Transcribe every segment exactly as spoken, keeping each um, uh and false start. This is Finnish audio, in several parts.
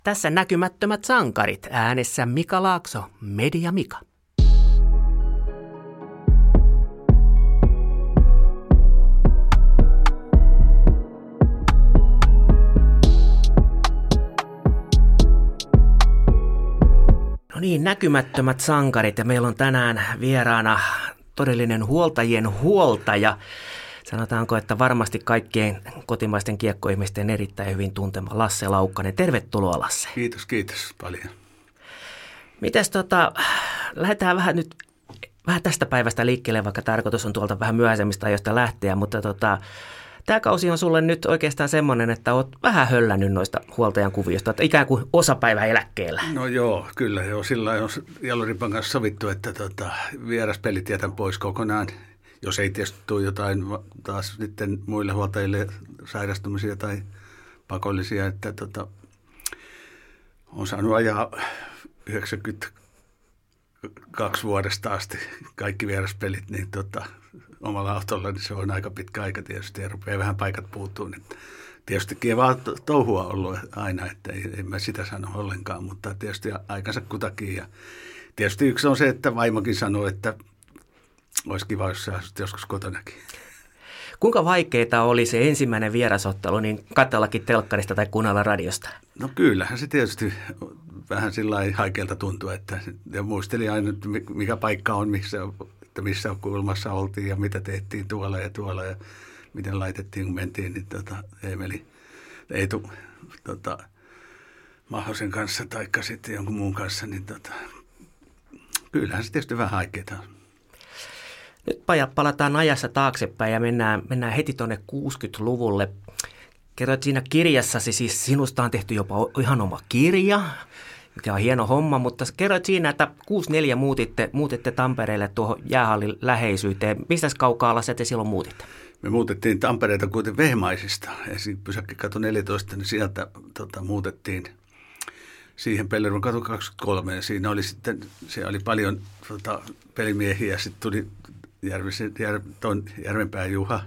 Tässä näkymättömät sankarit, äänessä Mika Laakso, Media Mika. No niin, näkymättömät sankarit, ja meillä on tänään vieraana todellinen huoltajien huoltaja. Sanotaanko, että varmasti kaikkien kotimaisten kiekkoihmisten erittäin hyvin tuntema Lasse Laukkanen. Tervetuloa, Lasse. Kiitos, kiitos paljon. Mites tota, lähdetään vähän nyt vähän tästä päivästä liikkeelle, vaikka tarkoitus on tuolta vähän myöhäisemmistä ajoista lähteä, mutta tota, tämä kausi on sulle nyt oikeastaan semmoinen, että olet vähän höllännyt noista huoltajan kuviosta, että ikään kuin osapäivä eläkkeellä. No joo, kyllä joo. Sillä on Jaluripan kanssa sovittu, että tota, vieraspelit jätän pois kokonaan. Jos ei tietysti tule jotain taas sitten muille huoltajille sairastumisia tai pakollisia, että tota, on saanut ajaa yhdeksänkymmentäkaksi vuodesta asti kaikki vieraspelit, niin tota, omalla autolla niin se on aika pitkä aika tietysti ja rupeaa vähän paikat puuttuu. Niin tietysti kivaa touhua ollut aina, että ei, en mä sitä sano ollenkaan, mutta tietysti aikansa kutakin. Ja tietysti yksi on se, että vaimokin sanoo, että olisi kiva, jos sä asut joskus kotonakin. Kuinka vaikeaa oli se ensimmäinen vierasottelu, niin katsellakin telkkarista tai kuunnella radiosta? No kyllähän se tietysti vähän sillä lailla haikealta tuntui, että ja muistelin aina, mikä paikka on, missä, että missä kulmassa oltiin ja mitä tehtiin tuolla ja tuolla ja miten laitettiin, kun mentiin, niin tota, Eemeli, Eetu tota, Mahosen kanssa tai sitten jonkun muun kanssa, niin tota, kyllähän se tietysti vähän haikeaa on. Nyt pajat palataan ajassa taaksepäin ja mennään, mennään heti tuonne kuusikymmentäluvulle. Kerroit siinä kirjassasi, siis sinusta on tehty jopa ihan oma kirja, mikä on hieno homma, mutta kerroit siinä, että kuusikymmentäneljä muutitte, muutitte Tampereelle tuohon jäähallin läheisyyteen. Mistäs kaukaa, Lasse, te silloin muutitte? Me muutettiin Tampereelta kuitenkin Vehmaisista, ensin Pysäkkikatu neljätoista, niin sieltä tota, muutettiin siihen Pellervon katu kaksikymmentäkolme. Ja siinä oli sitten, siellä oli paljon tota, pelimiehiä, sitten tuli Järvisen, Jär, ton Järvenpään Juha,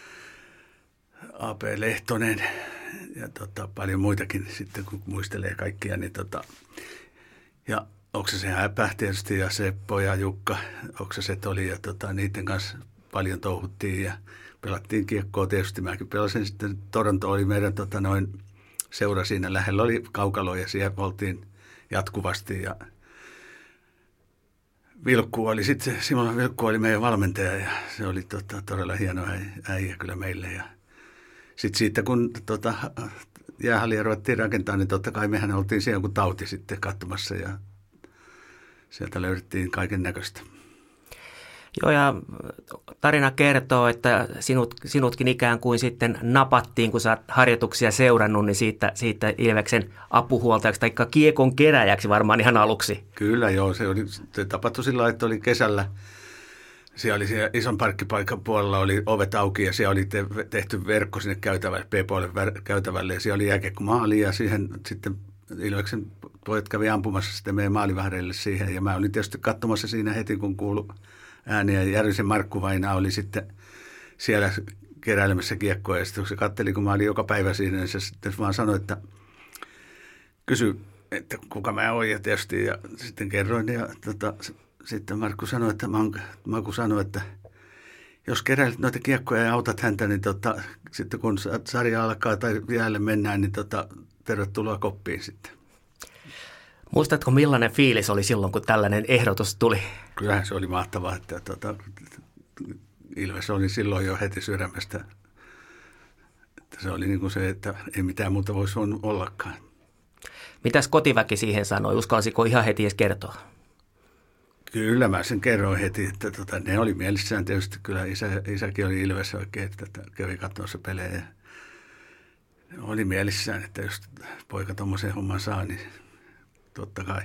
A P Lehtonen ja tota, paljon muitakin sitten, kun muistelee kaikkia. Niin tota, ja Oksasen Häpä tietysti ja Seppo ja Jukka Oksaset oli ja tota, niiden kanssa paljon touhuttiin ja pelattiin kiekkoa tietysti. Mäkin pelasin sitten, Toronto oli meidän tota, noin seura siinä lähellä, oli kaukalo ja siellä oltiin jatkuvasti ja Vilkku oli sitten, Simona Vilkku oli meidän valmentaja ja se oli tota, todella hieno äijä kyllä meille. Ja sitten siitä kun tota, jäähallia ruvettiin rakentaa, niin totta kai mehän oltiin siellä joku tauti sitten katsomassa ja sieltä löydettiin kaiken näköistä. Joo, ja tarina kertoo, että sinut, sinutkin ikään kuin sitten napattiin, kun sä oot harjoituksia seurannut, niin siitä, siitä Ilveksen apuhuoltajaksi tai kiekon keräjäksi varmaan ihan aluksi. Kyllä joo, se, oli, se tapahtui sillä lailla, että oli kesällä, siellä oli siellä ison parkkipaikan puolella oli ovet auki ja siellä oli te, tehty verkko sinne käytävälle, P-puolen käytävälle ja siellä oli jääkiekko maali ja siihen sitten Ilveksen pojat kävi ampumassa sitten meidän maalivahdeille siihen ja mä olin tietysti katsomassa siinä heti, kun kuului ääni ja Järvisen Markku Vainaa oli sitten siellä keräilemässä kiekkoa ja sitten kun se katseli, kun mä olin joka päivä siinä, niin se sitten vaan sanoi, että kysy, että kuka mä oon ja tietysti ja sitten kerroin ja tota, sitten Markku sanoi, että Markku sanoi, että jos keräilet noita kiekkoja ja autat häntä, niin tota, sitten kun sarja alkaa tai jäälle mennään, niin tota, tervetuloa koppiin sitten. Muistatko, millainen fiilis oli silloin, kun tällainen ehdotus tuli? Kyllähän se oli mahtavaa, että tuota, Ilves oli silloin jo heti sydämestä. Että se oli niin kuin se, että ei mitään muuta voisi ollakaan. Mitäs kotiväki siihen sanoi? Uskalsiko ihan heti edes kertoa? Kyllä mä sen kerroin heti, että tota, ne oli mielissään tietysti. Kyllä isä, isäkin oli Ilves oikein, että kävi katsomassa pelejä. Ne oli mielissään, että jos poika tuommoisen homman saa, niin totta kai.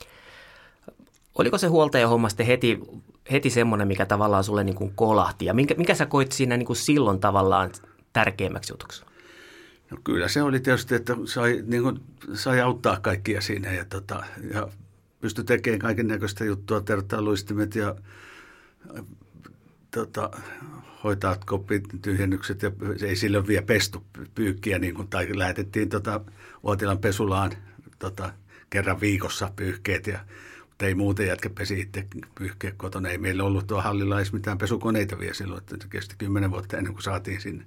Oliko se huoltajahomma sitten heti, heti semmoinen, mikä tavallaan sulle niin kuin kolahti? Ja minkä, mikä sä koit siinä niin kuin silloin tavallaan tärkeimmäksi jutuksi? No kyllä se oli tietysti, että sai, niin kuin, sai auttaa kaikkia siinä ja, tota, ja pystyi tekemään kaiken näköistä juttua, terottaa luistimet ja tota, hoitaa koppityhjennykset ja ei silloin vielä pestu pyykkiä niin kuin, tai lähetettiin tota, Uotilan pesulaan tota, kerran viikossa pyyhkeet, ja, mutta ei muuten jätkä pesi itse pyyhkeä kotona. Ei meillä ollut tuo hallilla edes mitään pesukoneita vielä silloin, että se kesti kymmenen vuotta ennen kuin saatiin sinne.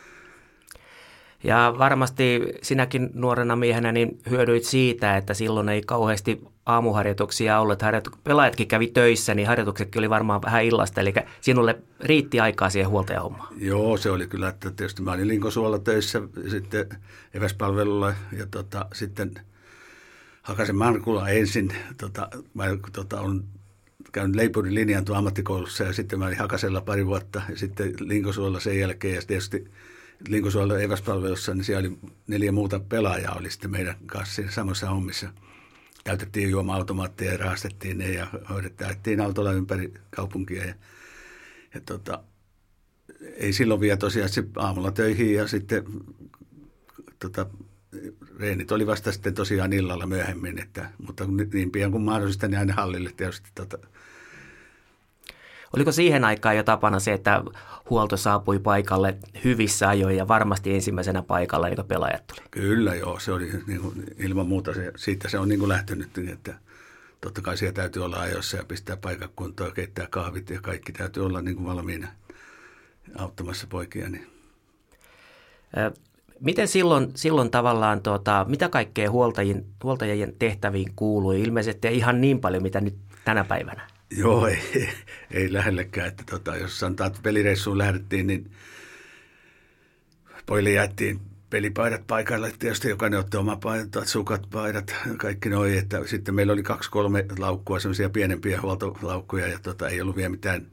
Ja varmasti sinäkin nuorena miehenä niin hyödyit siitä, että silloin ei kauheasti aamuharjoituksia ollut. Harjoitu- pelaajatkin kävi töissä, niin harjoituksetkin oli varmaan vähän illasta. Eli sinulle riitti aikaa siihen huoltajahommaan. Joo, se oli kyllä, että tietysti mä olin Linkosuolla töissä sitten eväspalvelulla ja tota, sitten Hakasen Markulla ensin. Tota, mä tota, olen käynyt Leipurin linjan tuon ammattikoulussa ja sitten mä olin Hakasella pari vuotta ja sitten Linkosuolla sen jälkeen ja tietysti Linkosuolla eväspalvelussa, niin siellä oli neljä muuta pelaajaa oli sitten meidän kanssa samassa hommissa. Käytettiin juoma-automaatteja ja rahastettiin ne ja hoidettiin autolla ympäri kaupunkia. Ja, ja tota, ei silloin vielä tosiaan aamulla töihin ja sitten tota, reenit oli vasta sitten tosiaan illalla myöhemmin. Että, mutta niin pian kuin mahdollista, niin aina hallille tietysti. Tota. Oliko siihen aikaan jo tapana se, että huolto saapui paikalle hyvissä ajoin ja varmasti ensimmäisenä paikalla, niin kuin pelaajat tuli? Kyllä joo, se oli niin kuin, ilman muuta, se, siitä se on niin kuin lähtenyt, että totta kai siellä täytyy olla ajoissa ja pistää paikan kuntoon, keittää kahvit ja kaikki täytyy olla niin kuin valmiina auttamassa poikia. Niin. Miten silloin, silloin tavallaan, tuota, mitä kaikkea huoltajien, huoltajien tehtäviin kuului? Ilmeisesti ei ihan niin paljon, mitä nyt tänä päivänä. Joo, ei, ei lähellekään. Että tota, jos sanotaan, että pelireissuun lähdettiin, niin pojille jaettiin pelipaidat paikalle. Tietysti jokainen otti oma paidat, sukat, paidat, kaikki noi. Että sitten meillä oli kaksi, kolme laukkua, semmoisia pienempiä huoltolaukkuja ja tota, ei ollut vielä mitään,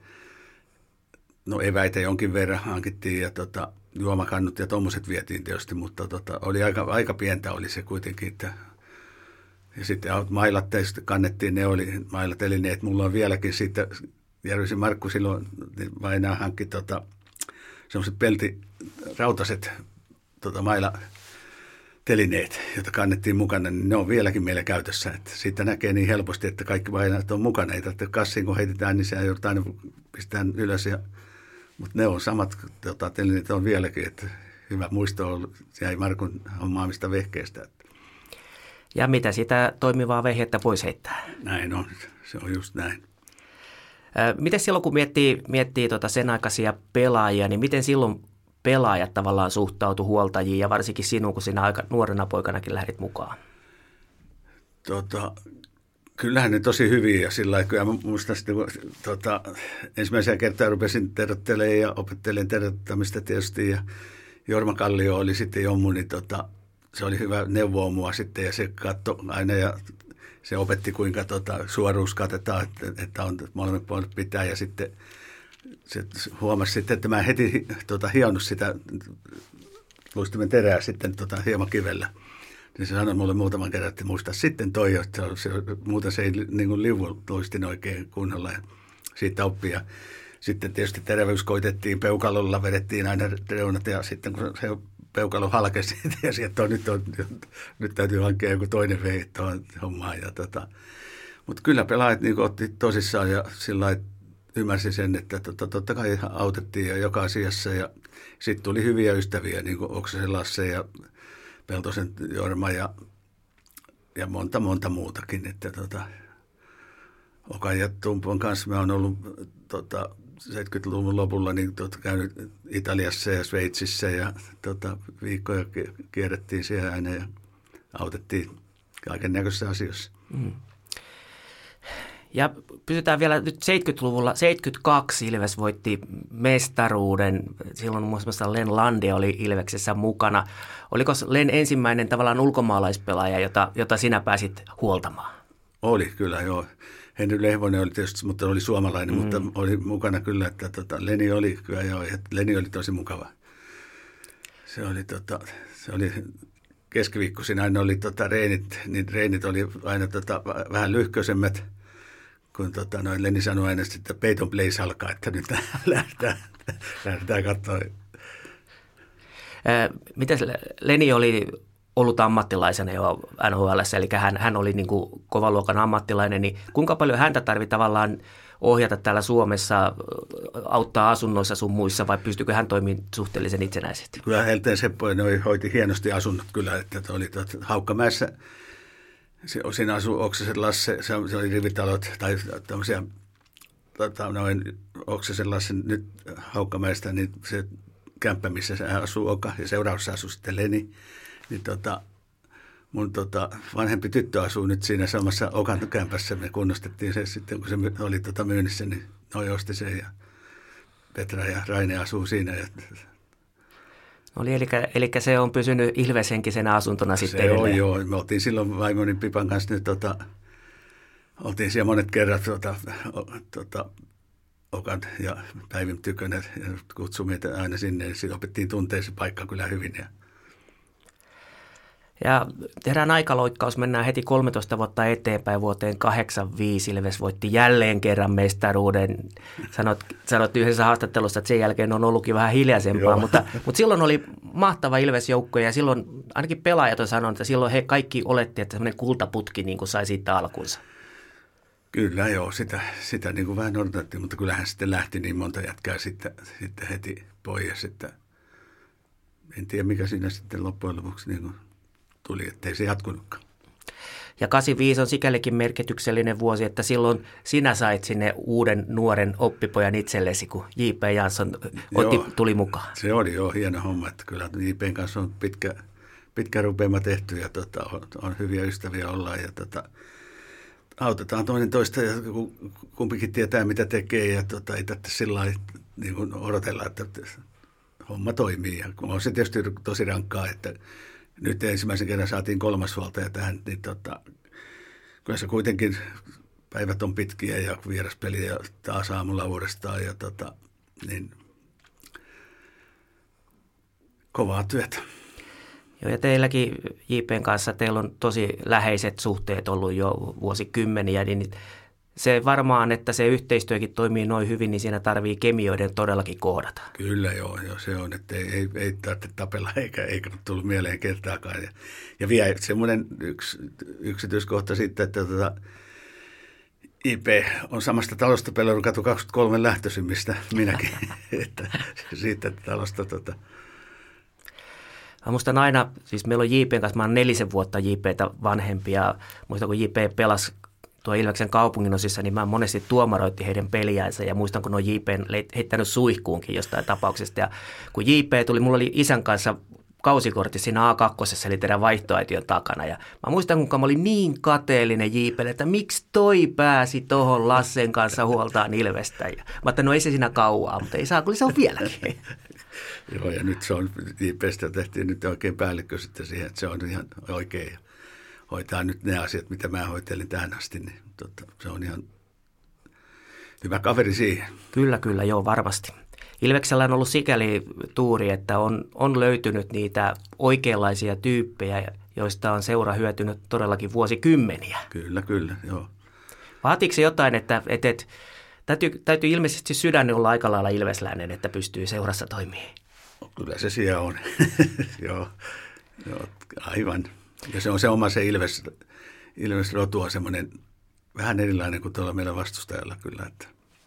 no eväitä jonkin verran hankittiin ja tota, juomakannut ja tommoset vietiin tietysti, mutta tota, oli aika, aika pientä oli se kuitenkin, että ja sitten mailat kannettiin, ne oli mailatelineet. Mulla on vieläkin siitä, Järvisen Markku silloin vainaa hankki tota, semmoiset peltirautaset tota, mailatelineet, joita kannettiin mukana, niin ne on vieläkin meillä käytössä. Että siitä näkee niin helposti, että kaikki vainat on mukana. Ei tarvitse kassiin, kun heitetään, niin se joudutaan aina pistetään ylös. Ja, mutta ne on samat tota, telineet on vieläkin, että hyvä muisto on ollut, jäi Markun hommaamista vehkeestä. Ja mitä sitä toimivaa vehjettä voisi heittää? Näin on, se on just näin. Miten silloin, kun miettii, miettii tota sen aikaisia pelaajia, niin miten silloin pelaajat tavallaan suhtautu huoltajiin ja varsinkin sinun, kun sinä aika nuorena poikanakin lähdit mukaan? Tota, kyllähän ne tosi hyviä ja sillä lailla, kyllä muistan sitten, kun tota, ensimmäisen kertaa rupesin tervettelemaan ja opettelemaan tervettämistä tietysti ja Jorma Kallio oli sitten jommu, niin tota, se oli hyvä neuvoa mua sitten ja se katsoi aina ja se opetti kuinka tota, suoruus katetaan, että, että on molemmat puolet pitää ja sitten se huomasi sitten, että mä heti tota, hionnut sitä luistimen terää sitten tota, hieman kivellä. Niin se sanoi mulle muutaman kerran, että muista sitten toi, että se, muuten se ei niin kuin liuvu luistin oikein kunnolla ja siitä oppia. Sitten tietysti terävyys koitettiin, peukalolla vedettiin aina reunat ja sitten kun se peukalo halkesi, tiesi, että on, nyt, on, nyt täytyy hankkia joku toinen vei tuohon hommaan. Tota. Mutta kyllä pelaajat niin otti tosissaan ja sillä lailla ymmärsi sen, että tota, totta kai autettiin ja joka asiassa. Ja sitten tuli hyviä ystäviä, niin kuin Oksasen Lasse ja Peltosen Jorma ja, ja monta, monta muutakin. Että tota, Okan ja Tumpon kanssa mä oon ollut tota, seitsemänkymmentäluvun lopulla niin tota, käynyt Italiassa ja Sveitsissä ja tota, viikkoja kierrettiin siellä aina ja autettiin kaiken näköisissä asioissa. Mm. Ja pysytään vielä nyt seitsemänkymmentäluvulla. seitsemänkymmentäkaksi Ilves voitti mestaruuden. Silloin muun muassa Len Lande oli Ilveksessä mukana. Oliko Len ensimmäinen tavallaan ulkomaalaispelaaja, jota, jota sinä pääsit huoltamaan? Oli kyllä, joo. Henry Lehvonen oli tietysti, mutta oli suomalainen, mm. mutta oli mukana kyllä, että tota, Leni oli kyllä joo, Leni oli tosi mukava. Se oli, tota, se oli keskiviikkoisin aina oli tota, reenit, niin reenit oli aina tota, vähän lyhköisemmät, kun tota, noin Leni sanoi aina, että Peyton Place alkaa, että nyt lähdetään, lähdetään katsoa. Miten Leni oli ollut ammattilaisena jo N H L:ssä, eli hän, hän oli niin kuin kovaluokan ammattilainen, niin kuinka paljon häntä tarvitsi tavallaan ohjata täällä Suomessa, auttaa asunnoissa sun muissa, vai pystyykö hän toimimaan suhteellisen itsenäisesti? Kyllä Helteen Seppo noi hoiti hienosti asunnot kyllä, että oli Haukkamäessä Siinä asui Oksasen Lasse, se, se oli rivitalot tai tämmöisiä, tota, noin Oksasen Lasse nyt Haukkamäestä, niin se kämppä, missä se asuu Oka ja seuraavassa asui sitten Leni, niin tota, mun tota, vanhempi tyttö asuu nyt siinä samassa Okan kämpässä. Me kunnostettiin se sitten, kun se oli tota myynnissä, niin noi osti sen ja Petra ja Raine asuu siinä. Ja oli, eli, eli se on pysynyt ilveshenkisenä asuntona se sitten. Se on joo. Me oltiin silloin vaimoni Pipan kanssa nyt, tota, oltiin siellä monet kerrat tota, tota, Okan ja Päivin tykönä ja kutsui meitä aina sinne. Ja sitten opettiin tuntea se paikka kyllä hyvin. Ja Ja tehdään aikaloikkaus, mennään heti kolmetoista vuotta eteenpäin vuoteen kahdeksankymmentäviisi. Ilves voitti jälleen kerran mestaruuden. Sanot, sanot yhdessä haastattelussa, että sen jälkeen on ollutkin vähän hiljaisempaa, mutta, mutta silloin oli mahtava Ilves-joukko ja silloin ainakin pelaajat on sanonut, että silloin he kaikki oletti, että semmoinen kultaputki niin kuin sai siitä alkunsa. Kyllä joo, sitä, sitä niin kuin vähän odotettiin, mutta kyllähän sitten lähti niin monta jätkää sitten, sitten heti pois. Että en tiedä mikä siinä sitten loppujen lopuksi niin kuin tuli, ettei se jatkunutkaan. Ja kahdeksankymmentäviisi on sikälikin merkityksellinen vuosi, että silloin sinä sait sinne uuden nuoren oppipojan itsellesi, kun J P Jansson otti, joo, tuli mukaan. Se oli jo hieno homma, että kyllä J P:n kanssa on pitkä, pitkä rupeama tehty ja tota, on, on hyviä ystäviä ollaan ja tota, autetaan toinen toista ja kumpikin tietää mitä tekee ja tota, ei tarvitse sillä lailla niin kuin odotella, että homma toimii. Ja on se tietysti tosi rankkaa, että nyt ensimmäisen kerran saatiin kolmas huoltaja tähän, niin tota, kyllä se kuitenkin päivät on pitkiä ja vieraspeliä taas aamulla uudestaan ja tota, niin kovaa työtä. Joo, ja teilläkin J P:n kanssa, teillä on tosi läheiset suhteet ollut jo vuosikymmeniä, niin se varmaan, että se yhteistyökin toimii noin hyvin, niin siinä tarvii kemioiden todellakin kohdata. Kyllä joo, joo se on, että ei, ei, ei tarvitse tapella eikä, eikä tullut mieleen kertaakaan. Ja, ja vielä semmoinen yksi yksityiskohta sitten, että tota, I P on samasta talosta Pellervon katu kaksikymmentäkolme lähtöisin, mistä minäkin, että siitä talosta tota. Mä muistan aina, siis meillä on J P:n kanssa, mä oon nelisen vuotta J P:tä vanhempia, muistan kun J P pelasi tuo Ilveksen kaupunginosissa, niin mä monesti tuomaroitti heidän peliänsä ja muistan, kun on J P:n heittänyt suihkuunkin jostain tapauksesta. Ja kun J P tuli, mulla oli isän kanssa kausikortti siinä A kaksi, eli teidän vaihtoaition takana. Ja mä muistan, kuinka mä olin niin kateellinen J P:lle, että miksi toi pääsi tohon Lassen kanssa huoltaan Ilvestä. Ja mä ajattelin, no ei se siinä kauaa, mutta ei saa, kun se on vieläkin. Joo, ja nyt se on, J P:stä tehtiin nyt oikein päällikkö sitten siihen, että se on ihan oikein. Hoitaa nyt ne asiat, mitä mä hoitelin tähän asti, niin totta, se on ihan hyvä kaveri siihen. Kyllä, kyllä, joo, varmasti. Ilveksellä on ollut sikäli tuuri, että on, on löytynyt niitä oikeanlaisia tyyppejä, joista on seura hyötynyt todellakin vuosikymmeniä. Kyllä, kyllä, joo. Vaatiiko se jotain, että, että, että täytyy, täytyy ilmeisesti sydän olla aika lailla ilvesläinen, että pystyy seurassa toimimaan? Kyllä se siellä on, joo, joo, aivan. Ja se on se oma se Ilves, Ilves-rotu on semmoinen vähän erilainen kuin tuolla meillä vastustajalla kyllä. Että.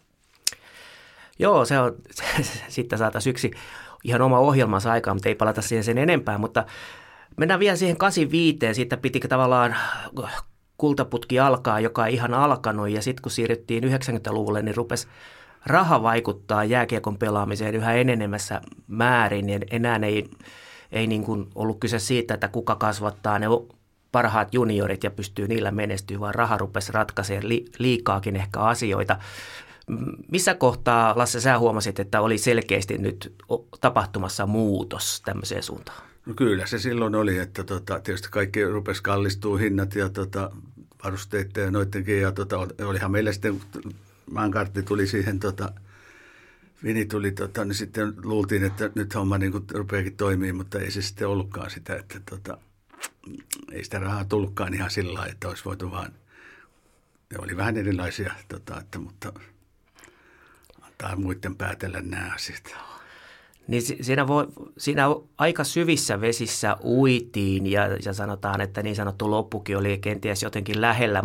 Joo, se on, sitten saataisiin yksi ihan oma ohjelmansa aikaan, mutta ei palata siihen sen enempää. Mutta mennään vielä siihen kahdeksankymmentäviisi, siitä piti tavallaan kultaputki alkaa, joka ei ihan alkanut. Ja sitten kun siirryttiin yhdeksänkymmentäluvulle, niin rupesi raha vaikuttaa jääkiekon pelaamiseen yhä enenemässä määrin. Ja enää ei... Ei niin kuin ollut kyse siitä, että kuka kasvattaa ne parhaat juniorit ja pystyy niillä menestyä, vaan raha rupesi ratkaisemaan li- liikaakin ehkä asioita. Missä kohtaa, Lasse, sä huomasit, että oli selkeästi nyt tapahtumassa muutos tämmöiseen suuntaan? No kyllä se silloin oli, että tota, tietysti kaikki rupesi kallistua hinnat ja tota, varusteiden ja noidenkin. Ja tota, olihan meillä sitten, maankartti tuli siihen... Tota, Vini tuli, tota, niin sitten luultiin, että nyt homma niin kuin rupeakin toimii, mutta ei se sitten ollutkaan sitä, että tota, ei sitä rahaa tullutkaan ihan sillä lailla, että olisi voitu vaan, ne oli vähän erilaisia, tota, että, mutta antaa muiden päätellä nämä asiat. Niin siinä, voi, siinä aika syvissä vesissä uitiin ja, ja sanotaan, että niin sanottu loppukin oli kenties jotenkin lähellä.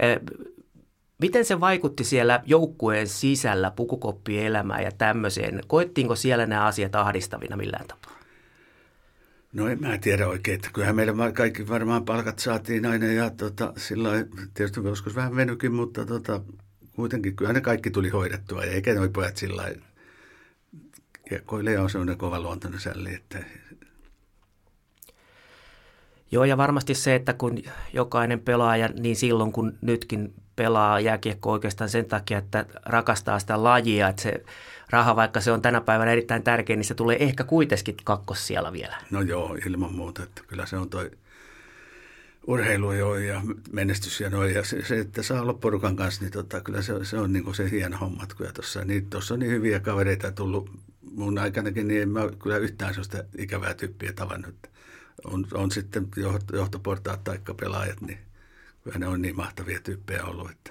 Miten se vaikutti siellä joukkueen sisällä pukukoppien elämään ja tämmöiseen? Koettiinko siellä nämä asiat ahdistavina millään tapaa? No en mä tiedä oikein, että kyllähän meillä kaikki varmaan palkat saatiin aina ja tota, sillä tietysti joskus vähän venykin, mutta tota, kuitenkin kyllähän ne kaikki tuli hoidettua ja eikä noi pojat sillä lailla. Kiekkoilija on sellainen kova luontoinen sälli, että... Joo, ja varmasti se, että kun jokainen pelaaja niin silloin kun nytkin pelaa jääkiekko oikeastaan sen takia, että rakastaa sitä lajia, että se raha, vaikka se on tänä päivänä erittäin tärkeä, niin se tulee ehkä kuitenkin kakkos siellä vielä. No joo, ilman muuta, että kyllä se on toi urheilu joo ja menestys ja noin. Ja se, se, että saa olla porukan kanssa, niin tota, kyllä se, se on niin kuin se hieno homma. Kyllä tuossa niin, on niin hyviä kavereita tullut mun aikanakin, niin en mä kyllä yhtään sellaista ikävää tyyppiä tavannut. On, on sitten johtoportaat tai pelaajat, niin kyllä ne on niin mahtavia tyyppejä ollut. Että.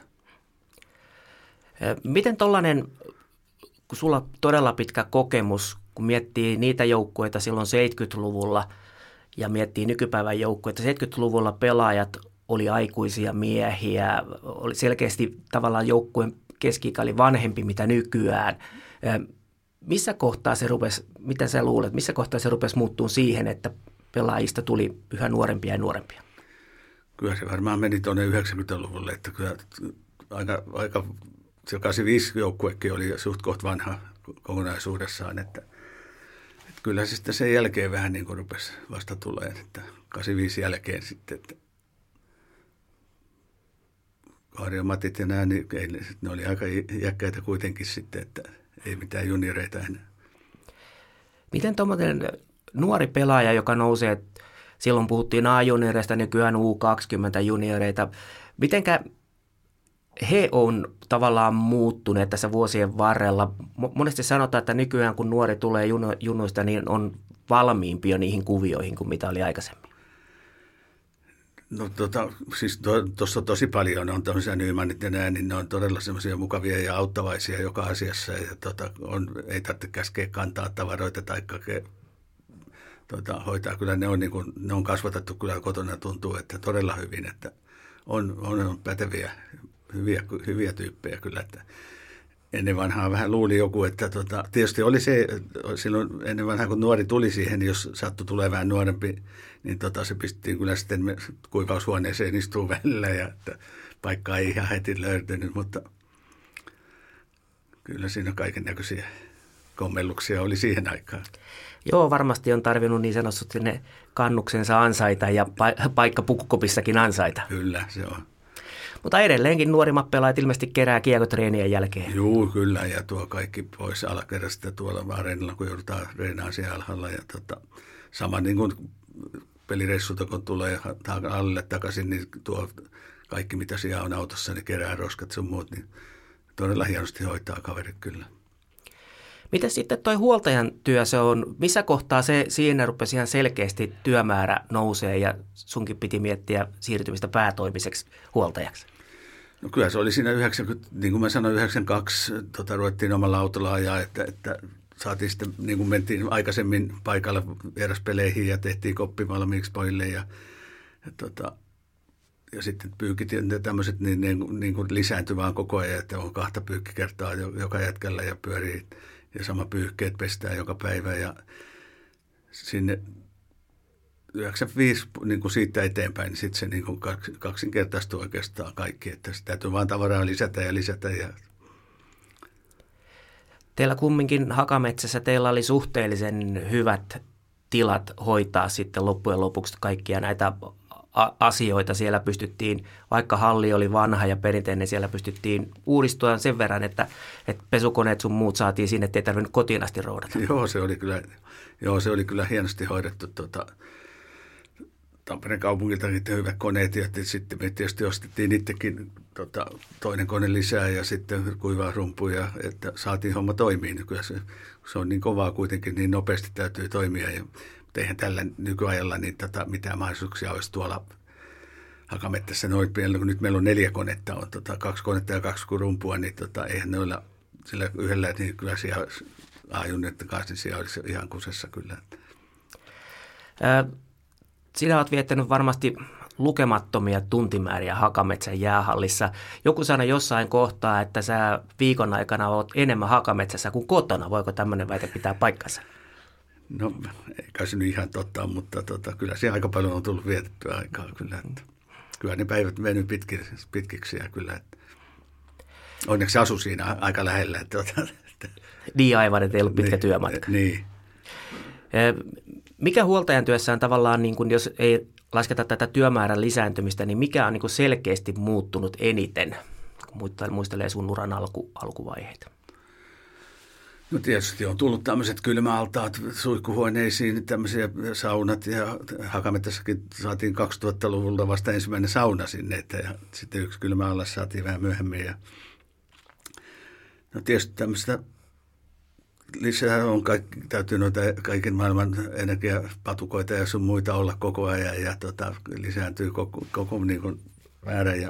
Miten tollainen, kun sulla on todella pitkä kokemus, kun miettii niitä joukkueita silloin seitsemänkymmentäluvulla ja miettii nykypäivän joukkueita, seitsemänkymmentäluvulla pelaajat oli aikuisia miehiä, oli selkeästi tavallaan joukkueen keski-ikä oli vanhempi mitä nykyään. Missä kohtaa se rupesi, mitä sä luulet, missä kohtaa se rupesi muuttumaan siihen, että pelaajista tuli yhä nuorempia ja nuorempia? Kyllä se varmaan meni tuonne yhdeksänkymmentäluvulle, että kyllä aika, aika se kahdeksankymmentäviisi joukkuekin oli suht koht vanha kokonaisuudessaan, että, että kyllä se sitten sen jälkeen vähän niin kuin rupesi vasta tulemaan, että kahdeksankymmentäviisi jälkeen sitten, että Kaari ja Matit ja nämä, niin ei, ne oli aika iäkkäitä kuitenkin sitten, että ei mitään junioreita enää. Miten tuommoinen nuori pelaaja, joka nousee, silloin puhuttiin A-junioreista, nykyään U kaksikymmentä-junioreita, mitenkä he on tavallaan muuttuneet tässä vuosien varrella? Monesti sanotaan, että nykyään kun nuori tulee junuista, niin on valmiimpi jo niihin kuvioihin kuin mitä oli aikaisemmin. No tota, siis tuossa to, tosi paljon on tämmöisiä Nymannit ja nää, niin ne on todella semmoisia mukavia ja auttavaisia joka asiassa. Ja tota, on, ei tarvitse käskeä kantaa tavaroita tai tota, hoitaa. Kyllä ne on, niin kuin, ne on kasvatettu kyllä kotona, tuntuu, että todella hyvin, että on, on, on päteviä, hyviä, hyviä tyyppejä kyllä, että ennen vanhaa vähän luuli joku, että tota, tietysti oli se, silloin ennen vanhaa kun nuori tuli siihen, niin jos sattui tulee vähän nuorempi, niin tota, se pistettiin kyllä sitten kuivaushuoneeseen istuu välillä ja että paikkaa ei ihan heti löytynyt, mutta kyllä siinä kaiken näköisiä kommelluksia oli siihen aikaan. Joo, varmasti on tarvinnut niin sanotusti ne kannuksensa ansaita ja paikka pukkukopissakin ansaita. Kyllä, se on. Mutta edelleenkin nuorimmat pelaajat ilmeisesti kerää kiekotreenien jälkeen. Joo, kyllä, ja tuo kaikki pois alakerrasta tuolla areenalla, kun joudutaan reenaan siellä alhaalla. Ja tota, sama niin kuin pelireissulta, kun tulee alle takaisin, niin tuo kaikki, mitä siellä on autossa, niin kerää roskat sun muut, niin todella hienosti hoitaa kaverit kyllä. Miten sitten toi huoltajan työ, se on, missä kohtaa se siinä rupesi ihan selkeästi työmäärä nousee ja sunkin piti miettiä siirtymistä päätoimiseksi huoltajaksi? No kyllä se oli siinä yhdeksänkymmentä, niin kuin mä sanoin, yhdeksänkymmentäkaksi tota, ruvettiin omalla autolla ajaa, että, että saatiin sitten, niin kuin mentiin aikaisemmin paikalle vieraspeleihin ja tehtiin koppi valmiiksi pojille ja, ja, tota, ja sitten pyykit ja tämmöiset niin, niin, niin kuin lisääntyi vaan koko ajan, että on kahta pyykkikertaa joka jätkällä ja pyörii ja sama pyyhkeet pestään joka päivä ja sinne yhdeksänkymmentäviisi niin kuin siitä eteenpäin, niin sitten se niin kuin kaksinkertaistui oikeastaan kaikki, että sitä täytyy vaan tavaraa lisätä ja lisätä. Ja... Teillä kumminkin Hakametsässä teillä oli suhteellisen hyvät tilat hoitaa sitten loppujen lopuksi kaikkia näitä asioita. Siellä pystyttiin, vaikka halli oli vanha ja perinteinen, siellä pystyttiin uudistumaan sen verran, että, että pesukoneet sun muut saatiin sinne, ettei tarvinnut kotiin asti roudata. Joo, se oli kyllä, joo, se oli kyllä hienosti hoidettu. Tuota, Tampereen kaupungilta hyvät koneet ja sitten me tietysti ostettiin itsekin tota, toinen kone lisää ja sitten kuivaa rumpuja, että saatiin homma toimiin. Kyllä se, se on niin kovaa kuitenkin, niin nopeasti täytyy toimia. Ja, mutta eihän tällä nykyajalla niin tota, mitään mahdollisuuksia olisi tuolla Hakamettässä noin pienellä, kun nyt meillä on neljä konetta, on tota, kaksi konetta ja kaksi rumpua, niin tota, eihän noilla sillä yhdellä, niin kyllä siellä A-junnet kanssa, niin siellä olisi ihan kusessa kyllä. Ä- Sinä olet viettänyt varmasti lukemattomia tuntimääriä Hakametsän jäähallissa. Joku sanoi jossain kohtaa, että sä viikon aikana olet enemmän Hakametsässä kuin kotona. Voiko tämmöinen väite pitää paikkansa? No ei kai se nyt ihan totta, mutta tota, kyllä siellä aika paljon on tullut vietettyä aikaa kyllä. Että, kyllä ne päivät mennyt pitki, pitkiksi ja kyllä, että onneksi asu siinä aika lähellä. Että, että, niin aivan, että ei ollut pitkä niin, työmatka. Niin. Mikä huoltajan työssään tavallaan, niin kun jos ei lasketa tätä työmäärän lisääntymistä, niin mikä on niin kun selkeästi muuttunut eniten, kun muistelee sun uran alku, alkuvaiheita? No tietysti on tullut tämmöiset kylmäaltaat suihkuhuoneisiin, tämmöisiä saunat ja Hakamettassakin saatiin kaksituhattaluvulla vasta ensimmäinen sauna sinne, että ja sitten yksi kylmäallas saatiin vähän myöhemmin. Ja no tietysti tämmöistä lisää on, kaikki, täytyy noita kaiken maailman energiapatukoita ja sun muita olla koko ajan ja tota, lisääntyy koko, koko niin kuin määrä ja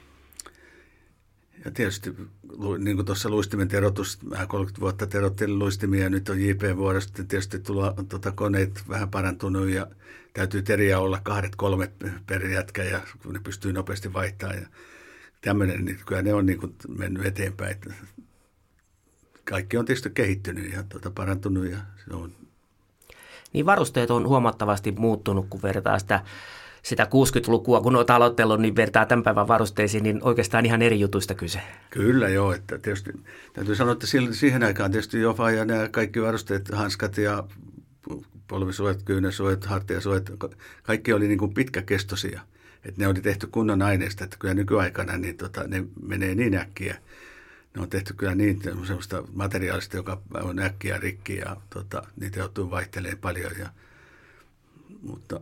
Ja tietysti, niin kuin tuossa luistimen terotus, vähän kolmekymmentä vuotta terottelin luistimia ja nyt on J P-vuodesta tietysti tulla, tuota, koneet vähän parantunut ja täytyy teriä olla kahdet, kolmet per jätkä ja kun ne pystyy nopeasti vaihtamaan ja tämmöinen, niin kyllä ne on niin kuin mennyt eteenpäin. Kaikki on tietysti kehittynyt ja tuota, parantunut ja se on. Niin varusteet on huomattavasti muuttunut, kun vertaa sitä sitä kuusikymmentälukua, kun olet aloittanut, niin vertaa tämän päivän varusteisiin, niin oikeastaan ihan eri jutuista kyse. Kyllä joo, että tietysti täytyy sanoa, että siihen aikaan tietysti jopa ja nämä kaikki varusteet, hanskat ja polvisuojat, kyynärsuojat, hartiasuojat, kaikki oli niin kuin pitkäkestoisia, että ne oli tehty kunnon aineista, että kyllä nykyaikana niin tota, ne menee niin äkkiä. Ne on tehty kyllä niin semmoista materiaalista, joka on äkkiä rikki ja tota, niitä joutuu vaihtelemaan paljon, ja, mutta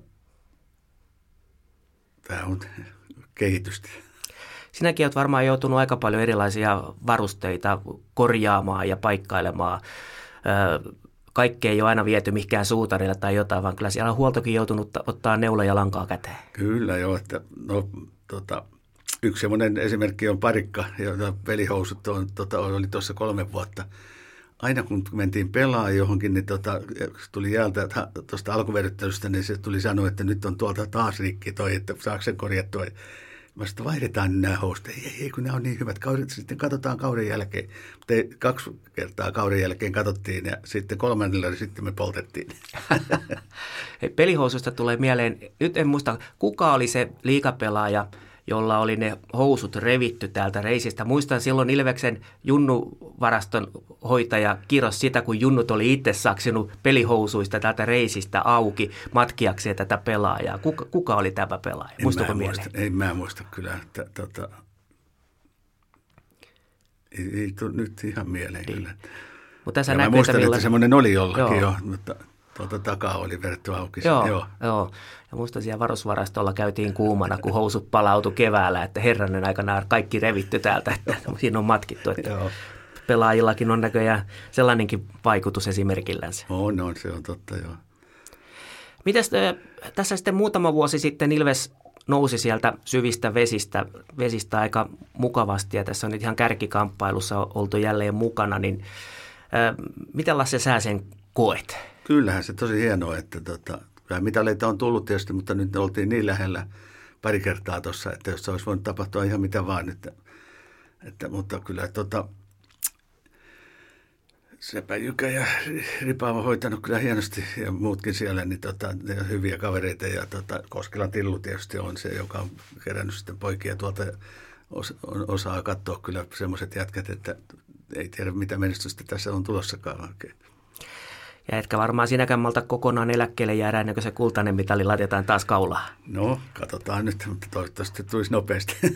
tämä on kehitystä. Sinäkin olet varmaan joutunut aika paljon erilaisia varusteita korjaamaan ja paikkailemaan. Kaikki ei ole aina viety mihinkään suutarille tai jotain, vaan kyllä siellä on huoltokin joutunut ottaa neula ja lankaa käteen. Kyllä joo, että no, tota, yksi semmoinen esimerkki on parikka, jota pelihousut on, tota, oli tuossa kolme vuotta. Aina kun mentiin pelaa johonkin, niin tota, tuli jäältä tuosta alkuveryttelystä, niin se tuli sanoa, että nyt on tuolta taas rikki toi, että saako sen korjattua. Mä sitten vaihdetaan nämä housut. Ei, ei, kun nämä on niin hyvät. Kaudet, sitten katsotaan kauden jälkeen. Mutta ei, kaksi kertaa kauden jälkeen katsottiin ja sitten kolmannella niin sitten me poltettiin. Pelihoususta tulee mieleen, nyt en muista, kuka oli se liigapelaaja, jolla oli ne housut revitty täältä reisistä. Muistan silloin Ilveksen Junnu-varaston hoitaja kiros sitä, kun Junnut oli itse saksinut pelihousuista täältä reisistä auki matkiakseen tätä pelaajaa. Kuka, kuka oli tämä pelaaja? Muistuuko mieleen? Muista, ei mä muista kyllä. Että, tota, ei, ei tule nyt ihan mieleen niin. Kyllä. Mutta tässä mä muistan, millä... että semmoinen oli jollakin joo. jo, mutta tuolta takaa oli verrattu auki. Joo, joo. joo. Ja musta siellä varusvarastolla käytiin kuumana, kun housut palautui keväällä, että herranen aikana kaikki revitty täältä, että siinä on matkittu. Että pelaajillakin on näköjään sellainenkin vaikutus esimerkillänsä. On, on, se on totta, joo. Mites tässä sitten muutama vuosi sitten Ilves nousi sieltä syvistä vesistä, vesistä aika mukavasti ja tässä on nyt ihan kärkikamppailussa oltu jälleen mukana, niin äh, miten Lasse sä sen koet? Kyllähän se tosi hienoa, että tota, mitaleita on tullut tietysti, mutta nyt ne oltiin niin lähellä pari kertaa tuossa, että jos se olisi voinut tapahtua ihan mitä vaan. Että, että, mutta kyllä tota, Sepä Jykä ja Ripa on hoitanut kyllä hienosti ja muutkin siellä, niin tota, ne on hyviä kavereita. Ja tota, Koskelan Tillu tietysti on se, joka on kerännyt sitten poikia tuolta os, osaa katsoa kyllä semmoiset jätkät, että ei tiedä mitä menestystä tässä on tulossakaan oikein. Ja etkä varmaan sinäkään malta kokonaan eläkkeelle jäädä ennen kuin se kultainen mitali laitetaan taas kaulaan. No, katsotaan nyt, mutta toivottavasti tulisi nopeasti.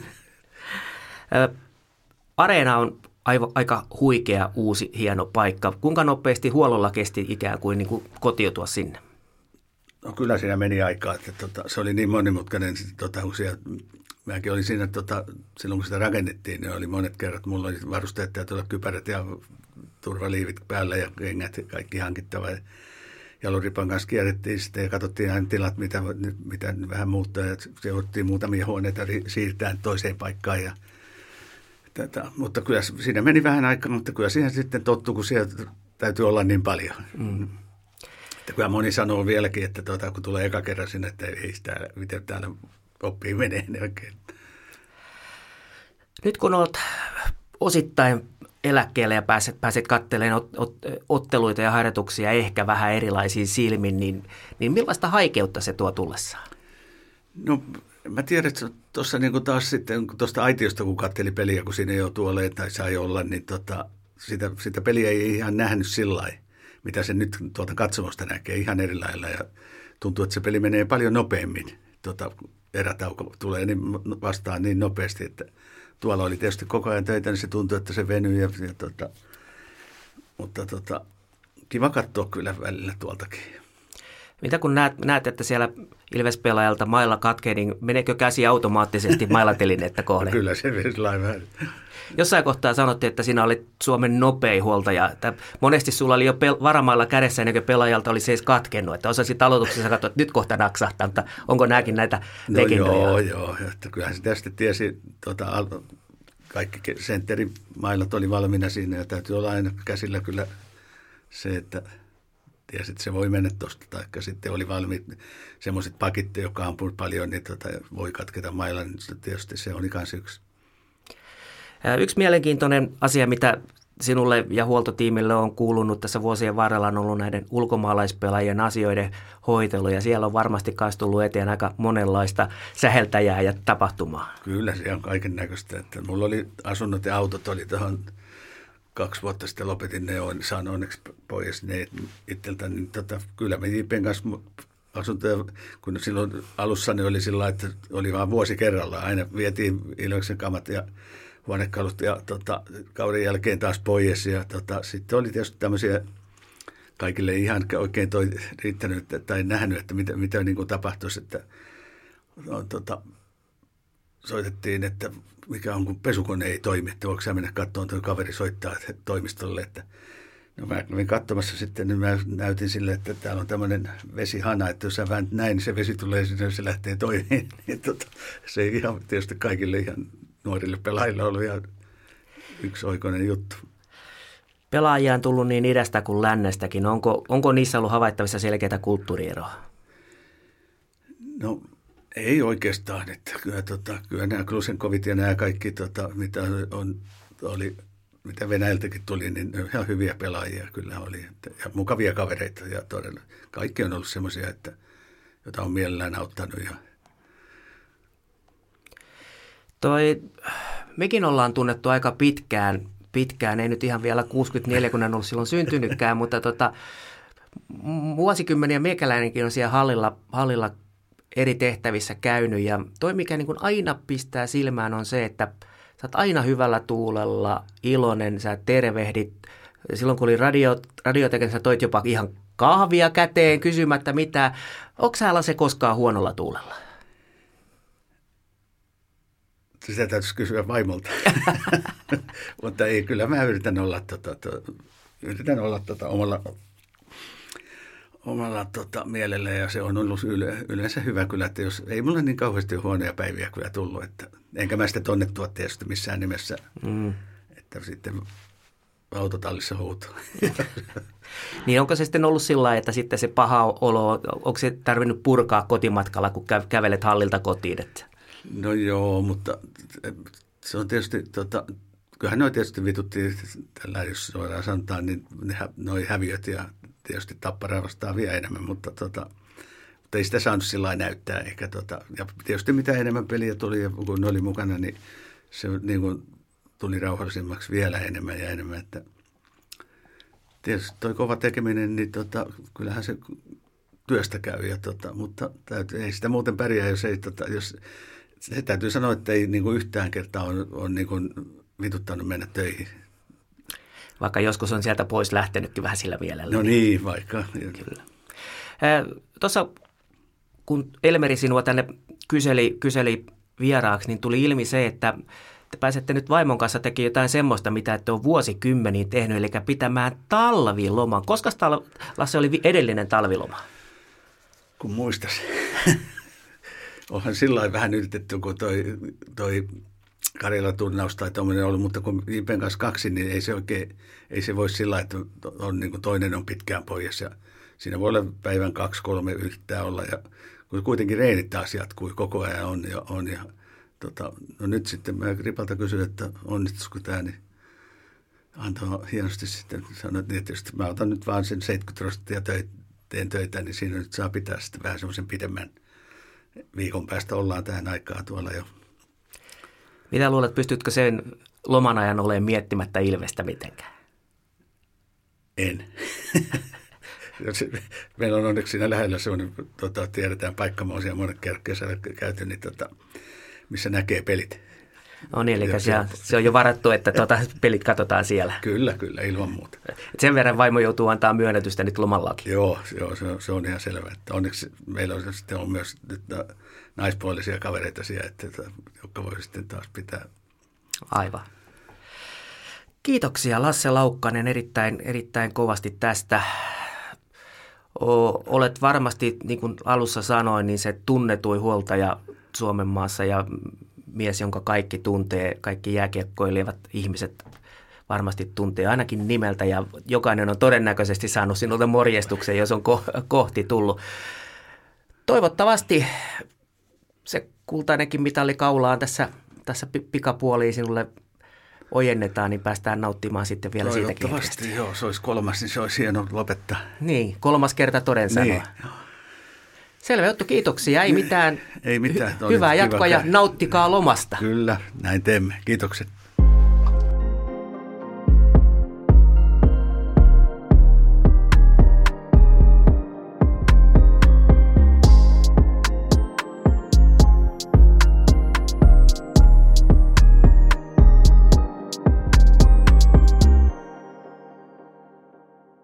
Areena on aivan, aika huikea, uusi, hieno paikka. Kuinka nopeasti huollolla kesti ikään kuin, niin kuin kotiutua sinne? No kyllä siinä meni aikaa, että tota, se oli niin monimutkainen. Tota, kun siellä, mäkin olin siinä, tota, silloin kun sitä rakennettiin, niin oli monet kerrat. Mulla oli varusteet, täytyy olla kypärät ja turvaliivit päällä ja kengät kaikki hankittava. Jaluripan kanssa kierrettiin sitten ja katsottiin aina tilat, mitä, mitä vähän muuttaa. Ja jouduttiin muutamia huoneita siirtää toiseen paikkaan. Ja tätä, mutta kyllä siinä meni vähän aikaa, mutta kyllä siihen sitten tottuu, kun siellä täytyy olla niin paljon. Mm. Että kyllä moni sanoo vieläkin, että tuota, kun tulee eka kerran sinne, että ei sitä, miten täällä oppii menee oikein. Nyt kun olet osittain eläkkeelle ja pääset, pääset katselemaan ot, ot, otteluita ja harjoituksia ehkä vähän erilaisiin silmin, niin, niin millaista haikeutta se tuo tullessaan? No mä tiedän, että tuossa niin taas sitten tuosta aitiosta, kun katseli peliä, kun siinä jo tuolle tai sai olla, niin tota, sitä, sitä peliä ei ihan nähnyt sillä lailla, mitä se nyt tuolta katsomosta näkee ihan eri lailla. Ja tuntuu, että se peli menee paljon nopeammin. Tota, erätauko tulee niin vastaan niin nopeasti, että tuolla oli tietysti koko ajan töitä, niin se tuntui, että se venyi. Ja, ja tota, mutta tota, kiva katsoa kyllä välillä tuoltakin. Mitä kun näet, näet että siellä Ilves-pelaajalta mailla katkee, niin meneekö käsi automaattisesti mailatelineettä kohden? Kyllä se vielä vähän. Jossain kohtaa sanottiin, että sinä olit Suomen nopein huoltaja. Että monesti sulla oli jo pel- varamailla kädessä ennen kuin pelaajalta oli se edes katkennut. Että osasit aloituksessa katsoa, että nyt kohta naksahtaa, mutta onko nämäkin näitä no legendoja? Joo, joo. Että kyllähän sitä sitten tiesi, tuota, kaikki sentterimailat oli valmiina siinä ja täytyy olla aina käsillä kyllä se, että tiesi, että se voi mennä tuosta. Taikka sitten oli valmiit semmoiset pakit, jotka ampuu paljon, niin tota, voi katketa mailla. Niin tietysti se oli myös yksi. Yksi mielenkiintoinen asia, mitä sinulle ja huoltotiimille on kuulunut tässä vuosien varrella, on ollut näiden ulkomaalaispelaajien asioiden hoitelu, ja siellä on varmasti myös tullut eteen aika monenlaista säheltäjää ja tapahtumaa. Kyllä, se on kaiken näköistä. Että mulla oli asunnot ja autot oli tuohon kaksi vuotta sitten lopetin ne, on saanut onneksi pois ne itseltä, niin tota, kyllä me J P:n kanssa asuntoja, kun silloin alussa ne oli sillä että oli vain vuosi kerrallaan, aina vietiin Ilveksen kamat ja huonekalut ja tota, kauden jälkeen taas pois. Ja tota, sitten oli tietysti tämmöisiä kaikille ihan oikein toi riittänyt tai nähnyt, että mitä, mitä niin kuin tapahtuisi. Että, no, tota, soitettiin, että mikä on, kun pesukone ei toimi, että voiko sä mennä katsomaan, tuo kaveri soittaa toimistolle. Että, no mä kävin katsomassa sitten, niin mä näytin sille, että täällä on tämmöinen vesihana, että jos sä vähän näin, niin se vesi tulee sinne, se lähtee toimimaan. Niin, tota, se ei ihan tietysti kaikille ihan nuorille pelaajille ollut ihan yksioikoinen juttu. Pelaajia on tullut niin idästä kuin lännestäkin. Onko, onko niissä ollut havaittavissa selkeitä kulttuurieroa? No ei oikeastaan. Että kyllä, tota, kyllä nämä Klusenkovit ja nämä kaikki, tota, mitä, on, oli, mitä Venäjältäkin tuli, niin ihan hyviä pelaajia kyllä oli. Ja mukavia kavereita ja todella. Kaikki on ollut semmoisia, että, joita on mielellään auttanut ja Toi, mekin ollaan tunnettu aika pitkään, pitkään, ei nyt ihan vielä kuusikymmentäneljä, kun en ollut silloin syntynytkään, mutta tota, vuosikymmeniä meikäläinenkin on siellä hallilla, hallilla eri tehtävissä käynyt. Ja toi, mikä niin kuin aina pistää silmään, on se, että sä oot aina hyvällä tuulella, iloinen, sä tervehdit. Silloin kun oli radio, radiotekin, sä toit jopa ihan kahvia käteen kysymättä mitään. Onko sä Lase koskaan huonolla tuulella? Sitä täytyisi kysyä vaimolta. Mutta ei, kyllä mä yritän olla, tota, to, yritän olla tota, omalla, omalla tota, mielellä ja se on ollut yle, yleensä hyvä kyllä, että jos ei mulla niin kauheasti huonoja päiviä kyllä tullut, että enkä mä sitä tonne tuo tietysti missään nimessä, mm. että sitten autotallissa huutuu. Niin onko se sitten ollut sillä lailla, että sitten se paha olo, onko se tarvinnut purkaa kotimatkalla, kun kävelet hallilta kotiin, että no joo, mutta se on tietysti, tota, kyllähän noi tietysti vituttiin, tällä jos suoraan sanotaan, niin ne, noi häviöt ja tietysti Tappara vastaa vielä enemmän, mutta, tota, mutta ei sitä saanut sillä lailla näyttää. Eikä, tota, ja tietysti mitä enemmän peliä tuli ja kun ne oli mukana, niin se niin kuin tuli rauhallisemmaksi vielä enemmän ja enemmän. Että tietysti toi kova tekeminen, niin tota, kyllähän se työstä käy, ja, tota, mutta täytyy, ei sitä muuten pärjää, jos ei, tota, jos se täytyy sanoa, että ei niin kuin yhtään kertaa on, on niin kuin vituttanut mennä töihin. Vaikka joskus on sieltä pois lähtenytkin vähän sillä mielellä. No niin, vaikka. Kyllä. Tuossa kun Elmeri sinua tänne kyseli, kyseli vieraaksi, niin tuli ilmi se, että te pääsette nyt vaimon kanssa tekemään jotain semmoista, mitä ette ole vuosikymmeniin tehnyt, eli pitämään talviloman. Koska Lasse oli edellinen talviloma? Kun muistaisi. Onhan sillä lailla vähän yritetty, kun toi, toi Karjala-turnaus tai tuommoinen ollut, mutta kun J P:n kanssa kaksi, niin ei se oikein, ei se voi sillä lailla, että on, niin kuin toinen on pitkään pois ja siinä voi olla päivän kaksi, kolme yrittää olla ja kun kuitenkin reenit taas jatkuu, koko ajan on ja on ja tota, no nyt sitten mä Ripalta kysyin, että onnistuisiko tämä, niin antoi hienosti sitten sanoa, että tietysti mä otan nyt vaan sen seitsemänkymmentä prosenttia töitä, teen töitä, niin siinä nyt saa pitää sitten vähän semmoisen pidemmän viikon päästä ollaan tähän aikaan tuolla jo. Mitä luulet, pystytkö sen loman ajan olemaan miettimättä Ilvestä mitenkään? En. Meillä on onneksi siinä lähellä semmoinen, tota, tiedetään paikka, mä oon siellä monen kerran käyty, niin, tota, missä näkee pelit. No niin, eli se, se on jo varattu, että tuota, pelit katsotaan siellä. Kyllä, kyllä, ilman muuta. Et sen verran vaimo joutuu antaa myönnetystä nyt lomallakin. Joo, joo se, on, se on ihan selvä. Että onneksi meillä on, sitten on myös nyt naispuolisia kavereita siellä, että, jotka voi sitten taas pitää. Aivan. Kiitoksia Lasse Laukkanen erittäin, erittäin kovasti tästä. O, olet varmasti, niin kuin alussa sanoin, niin se tunnetuin huoltaja Suomen maassa ja mies, jonka kaikki tuntee, kaikki jääkiekkoilevat ihmiset varmasti tuntee ainakin nimeltä ja jokainen on todennäköisesti saanut sinulta morjestuksen, jos on ko- kohti tullut. Toivottavasti se kultainenkin mitali kaulaan tässä, tässä pikapuoliin sinulle ojennetaan, niin päästään nauttimaan sitten vielä siitäkin. Toivottavasti, joo, se olisi kolmas, niin se olisi hieno lopettaa. Niin, kolmas kerta toden sanoa. Niin. Selvä juttu, kiitoksia. Ei mitään. Ei mitään. Hyvää jatkoa ja nauttikaa lomasta. Kyllä, näin teemme. Kiitokset.